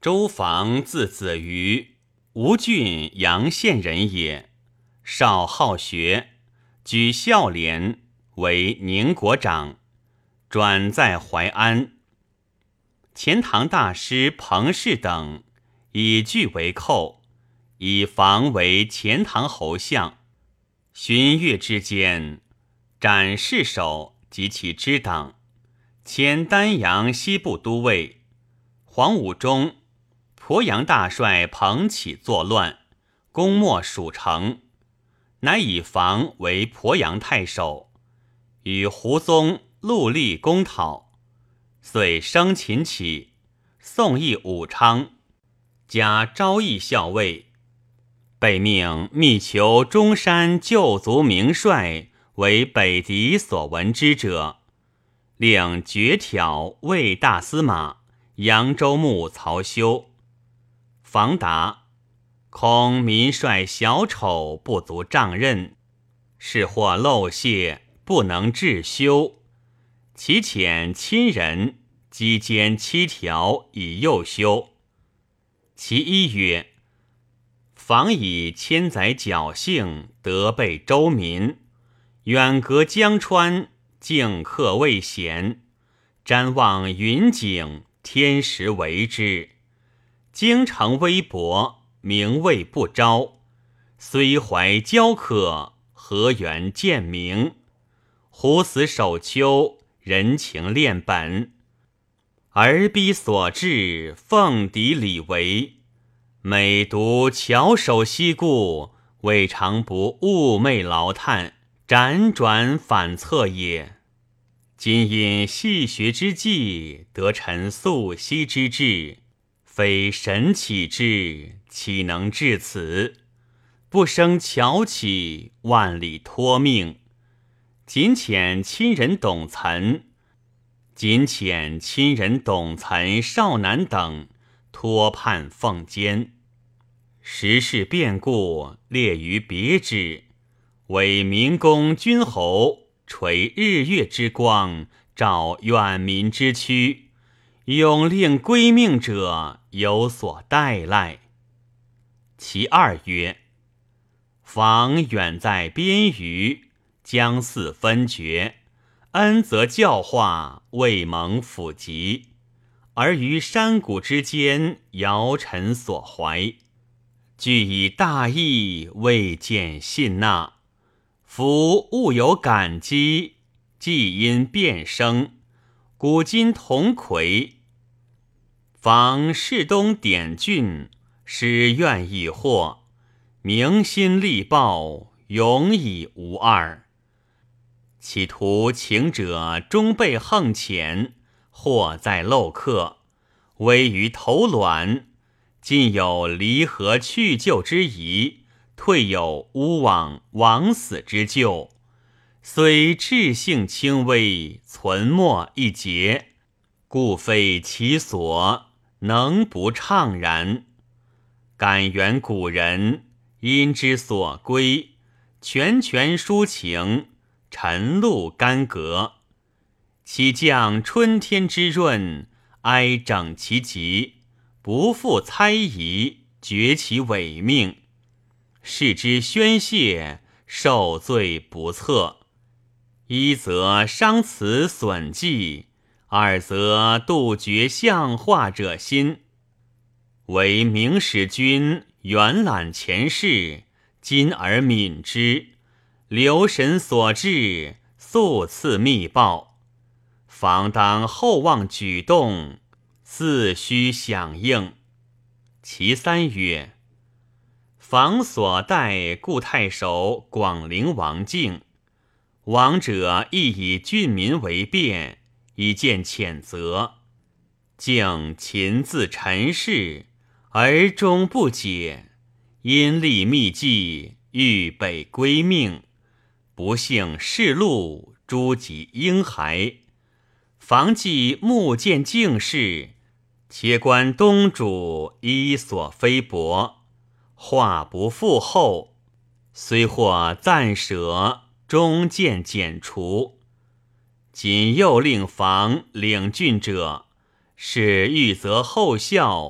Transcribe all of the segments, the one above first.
周防字子瑜，吴郡阳县人也。少好学，举孝廉，为宁国长，转在淮安。钱塘大师彭氏等以据为寇，以防为钱塘侯相。旬月之间，斩士首及其支党，迁丹阳西部都尉。黄武中、鄱阳大帅彭起作乱，攻没蜀城，乃以防为鄱阳太守，与胡宗、陆立攻讨，遂生秦起，宋义武昌，加昭义校尉，被命密求中山旧族名帅为北狄所闻之者，令绝挑卫大司马扬州牧曹休。房达恐民帅小丑不足仗任，是或漏泄，不能治休，其遣亲人击奸7条以诱休。其一曰：防以千载侥幸得备周民，远隔江川，境客未贤，瞻望云景，天时为之。京城微薄，名位不昭，虽怀交渴，何缘见明？虎死守丘，人情恋本。而逼所至，奉敌礼为。每独翘首息顾，未尝不寤寐劳叹，辗转反侧也。今因细学之计，得臣素息之志，非神启之，岂能至此？不生巧起，万里托命。谨遣亲人董岑、少南等托判奉监。时事变故，列于别纸，为民公君侯，垂日月之光，照远民之躯，永令归命者有所代赖。其二曰：防远在边隅，将似分绝，恩则教化，未蒙抚及，而于山谷之间，摇臣所怀，据以大义，未见信纳。夫物有感激，既因变生，古今同魁。防士东典郡，使愿以获，明心力报，永以无二。企图情者终被横潜，或在漏客，危于头卵，尽有离合去就之疑，退有乌往枉死之咎。虽志性轻微，存没一节，故非其所，能不怅然？感缘古人，因之所归，拳拳抒情，晨露干戈。岂降春天之润，哀整其疾，不复猜疑，绝其伪命。视之宣泄，受罪不测。一则伤辞损迹，二则杜绝相化者心。为明使君远览前世，今而悯之，留神所至，速赐密报。防当厚望举动，自须响应。其三曰：防所代故太守广陵王敬，王者亦以郡民为辩，以见谴责。敬勤自陈氏，而终不解，因立密计，欲北归命，不幸世路，诸己婴孩。防既目见敬事，且观东主伊所非薄，话不复后，虽或暂舍，终见减除。仅又令防领郡者，是欲择后效，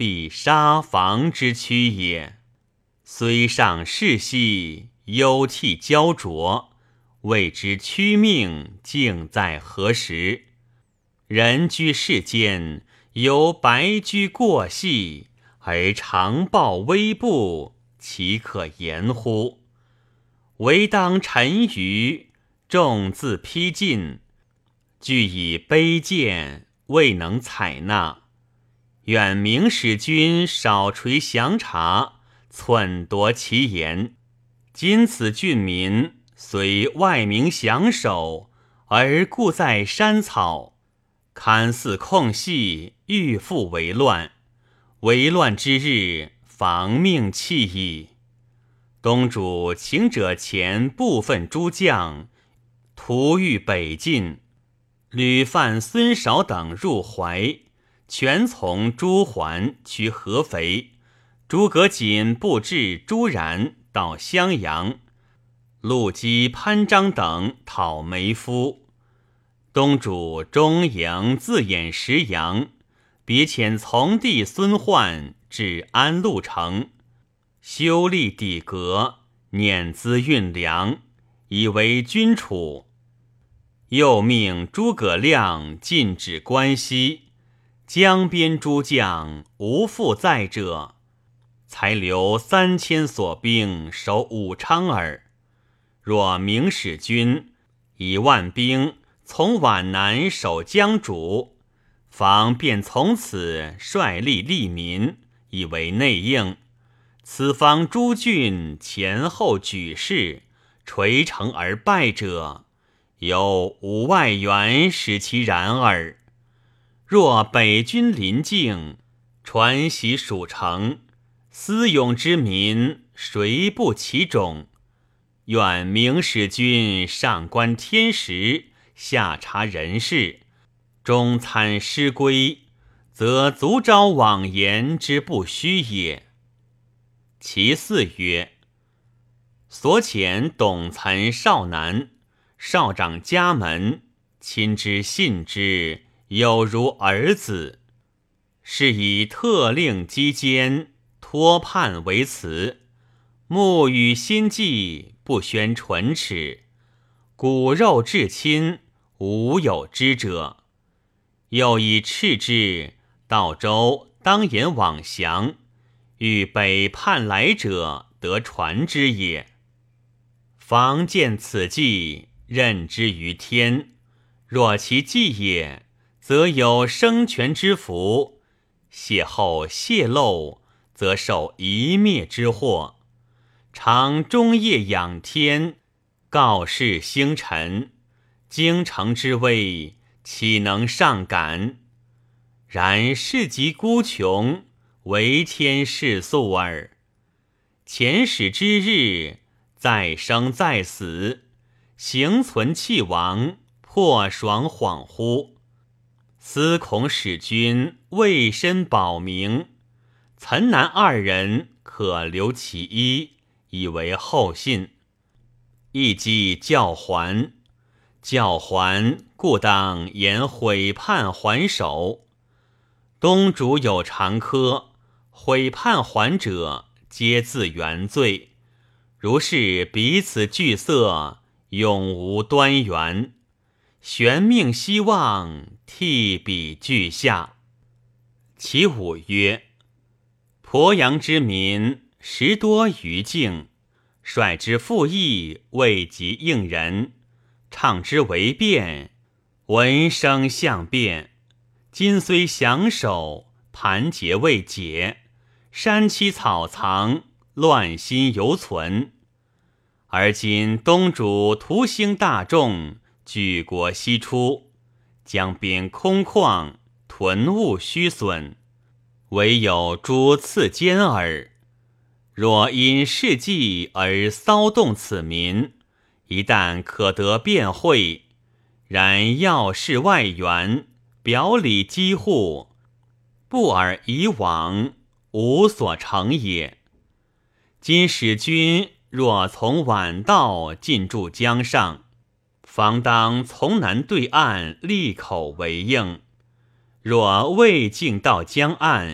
必杀防之躯也。虽上世兮，忧涕焦灼，未知躯命竟在何时。人居世间，犹白驹过隙，而长抱微步，其可言乎？唯当沉鱼，众自披尽，俱以卑贱，未能采纳。愿明使君少垂详察，忖夺其言。今此郡民虽外明降守，而故在山草，堪似空隙，欲复为乱。为乱之日，防命弃矣。东主请者前部分诸将，图欲北进，屡犯孙韶等入淮，全从朱桓趋合肥。诸葛瑾布置朱然到襄阳，陆机、潘璋等讨梅夫。东主中营自掩石阳，别遣从弟孙焕至安陆城，修立底阁，碾资运粮，以为君处。又命诸葛亮禁止关西，江边诸将无复在者，才留3000所兵守武昌耳。若明使君以10000兵从皖南守江渚，防便从此率力利民，以为内应。此方诸郡前后举事，垂城而败者，有5外援使其然耳。若北军临境，传习蜀城，思勇之民，谁不其种？愿明使君上观天时，下察人事，中参师规，则足招妄言之不虚也。其4曰：所遣董岑少南，少长家门，亲之信之，有如儿子。是以特令击奸，托叛为辞，目与心计，不宣唇齿，骨肉至亲，无有知者。又以斥之，道州当言往降，欲北叛来者得传之也。防见此计，任之于天，若其计也，则有生权之福；邂后泄露，则受一灭之祸。常终夜仰天，告示星辰，京城之危，岂能上感？然事极孤穷，为天是素耳。前始之日，再生再死，行存弃亡，破爽恍惚。思恐使君为身保名，岑南2人可留其一，以为后信。亦即教还，教还故当言毁叛还守。东主有常科，毁叛还者，皆自原罪。如是彼此惧色，永无端源。悬命希望，替彼俱下。其5曰：鄱阳之民食多于境，率之附议，未及应人，唱之为变，闻声相变。今虽降守，盘结未解，山栖草藏，乱心犹存。而今东主图兴大众，举国西出，江边空旷，屯务虚损，唯有诸刺奸耳。若因事计而骚动此民，一旦可得辩会，然要事外援，表里机户，不尔以往，无所成也。今使君若从皖道进驻江上，方当从南对岸利口为应。若未进到江岸，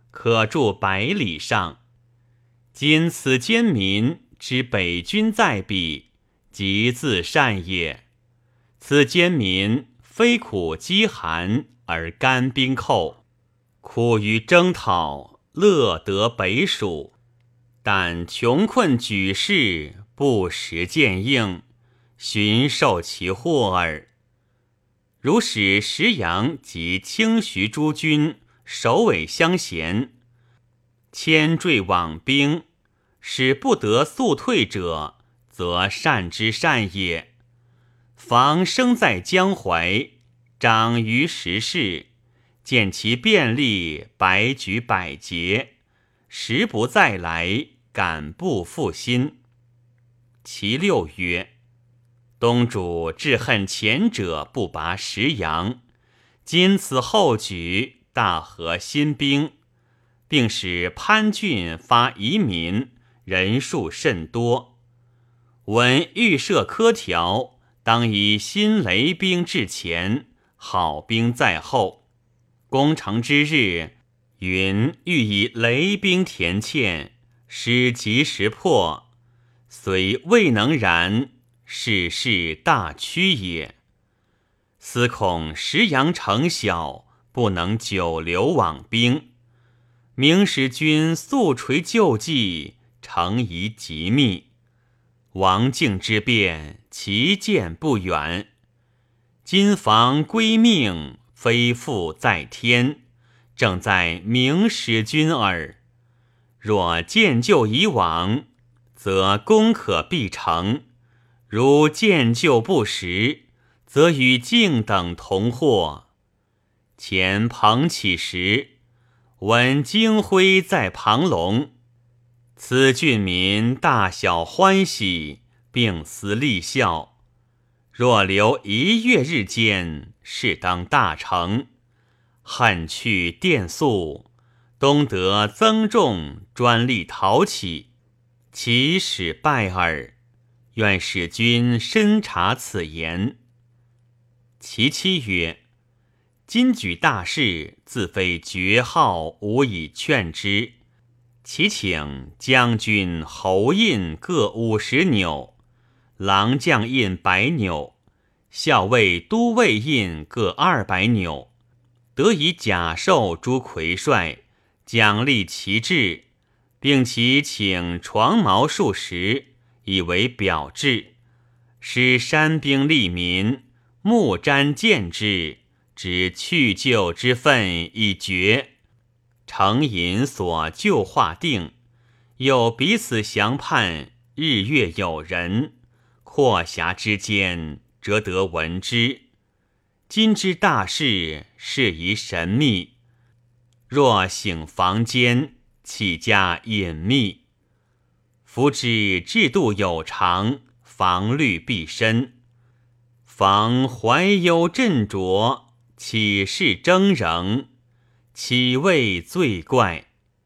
可住100里上。今此奸民知北军在彼，即自善也。此奸民非苦饥寒而甘兵寇，苦于征讨，乐得北属，但穷困举世，不时见应，寻受其祸耳。如使石阳及清徐诸军首尾相衔，牵缀往兵，使不得速退者，则善之善也。防生在江淮，长于时势，见其便利，百举百节，时不再来，敢不复心。其6曰：东主至恨前者不拔石阳，今此后举，大合新兵，并使潘郡发移民，人数甚多。闻预设科条，当以新雷兵至前，好兵在后。攻城之日，云欲以雷兵填堑，使及时破，虽未能然，事大屈也。思恐石阳城小，不能久留往兵，明使君速垂救济，城宜急密。王敬之变，其见不远。今防归命，非复在天，正在明使君耳。若见救以往，则攻可必成；如见救不时，则与敬等同祸。前彭起时，闻京辉在庞龙，此郡民大小欢喜，并思立效。若留1月日间，是当大成。恨去电速，东得增重，专力讨起，其使败耳。愿使君深察此言。其7曰：今举大事，自非绝号，无以劝之。其请将军、侯印各50纽，郎将印100纽，校尉、都尉印各200纽，得以甲授诸魁帅，奖励其志，并其请床矛数十，以为表志，使山兵利民，目瞻见之，知去就之分已决。成尹所就划定，又彼此详判，日月有人，阔狭之间，则得闻之。今之大事，事宜神秘，若省房间，岂加隐秘？夫之制度有常，防律必深。防怀忧振浊，岂是征仍？岂谓最怪？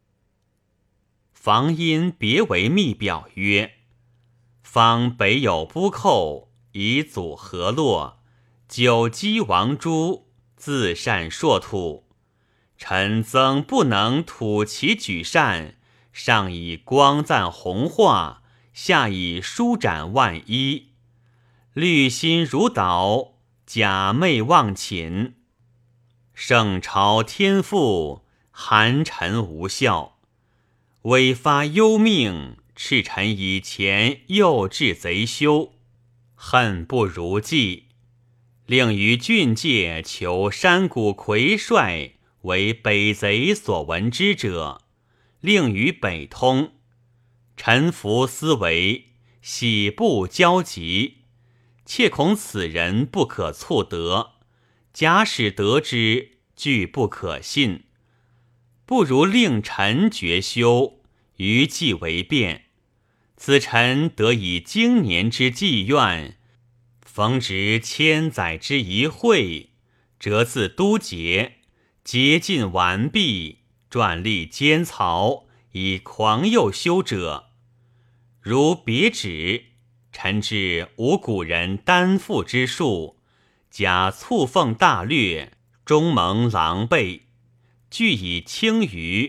防因别为密表曰：方北有不寇，以阻河洛，久击王诸，自善硕土。臣曾不能吐其举善，上以光赞宏化，下以舒展万一。虑心如导，假寐忘寝。圣朝天父，寒臣无效。委发忧命，斥臣以前诱致贼休，恨不如计。令于郡界求山谷魁帅，为北贼所闻之者，令于北通。臣服思维，喜不交集，切恐此人不可促得，假使得之，俱不可信。不如令臣决休，余计为变。此臣得以经年之计愿，逢值千载之一会，折自都节，竭尽完毕，撰立监曹，以狂诱修者。如别指，臣知无古人担负之术，假促奉大略，终蒙狼狈，俱以轻于，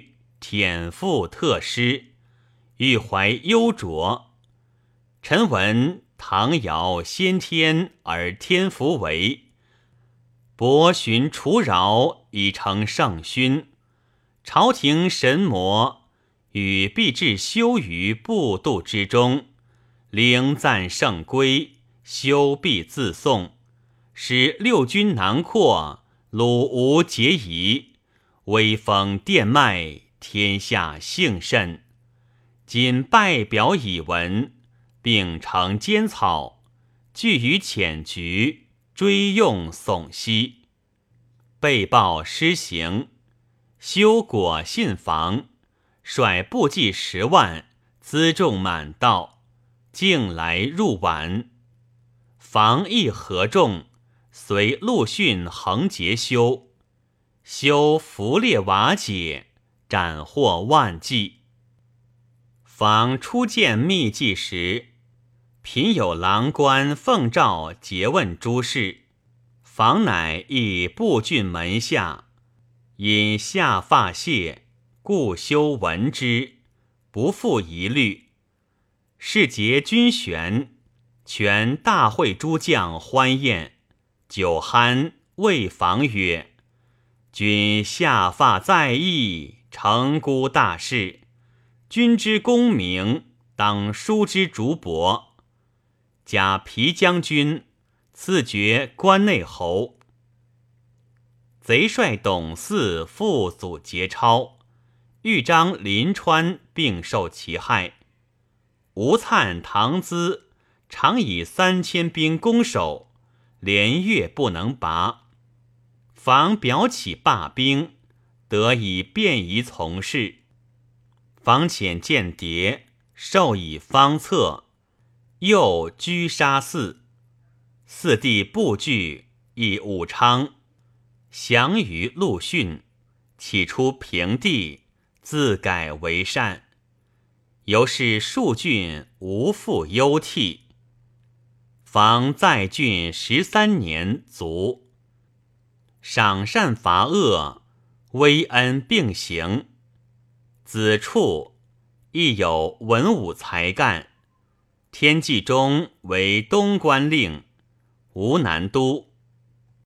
忝负特师，欲怀忧灼。臣闻唐尧先天而天福为，伯寻除饶以成圣勋。朝廷神魔与必至修于步度之中，领赞圣规，修必自颂，使六军囊括，鲁吴结夷，威风电脉，天下幸甚。今拜表以闻，并成监草，据于浅局，追用悚息。被报施行，修果信房，率部骑10万，辎重满道，径来入宛。防亦合众，随陆逊横结修伏列瓦解，斩获万计。防初见密计时，频有郎官奉诏诘问诸事。防乃亦步郡门下，因下发谢，故修闻之，不复疑虑。是节军旋，全大会诸将欢宴，酒酣，谓防曰：君下发在役，承孤大事，君之功名，当书之竹帛。加皮将军，赐爵关内侯。贼帅董嗣父祖节超，豫章临川并受其害。吴粲唐咨常以3000兵攻守，连月不能拔。防表起罢兵，得以便宜从事。防遣间谍，授以方策，又居沙寺。四弟不惧，亦武昌，降于陆逊，起出平地，自改为善。由是数郡无复忧惕。防在郡13年卒。赏善罚恶，威恩并行。子处亦有文武才干，天纪中为东关令，吴南都。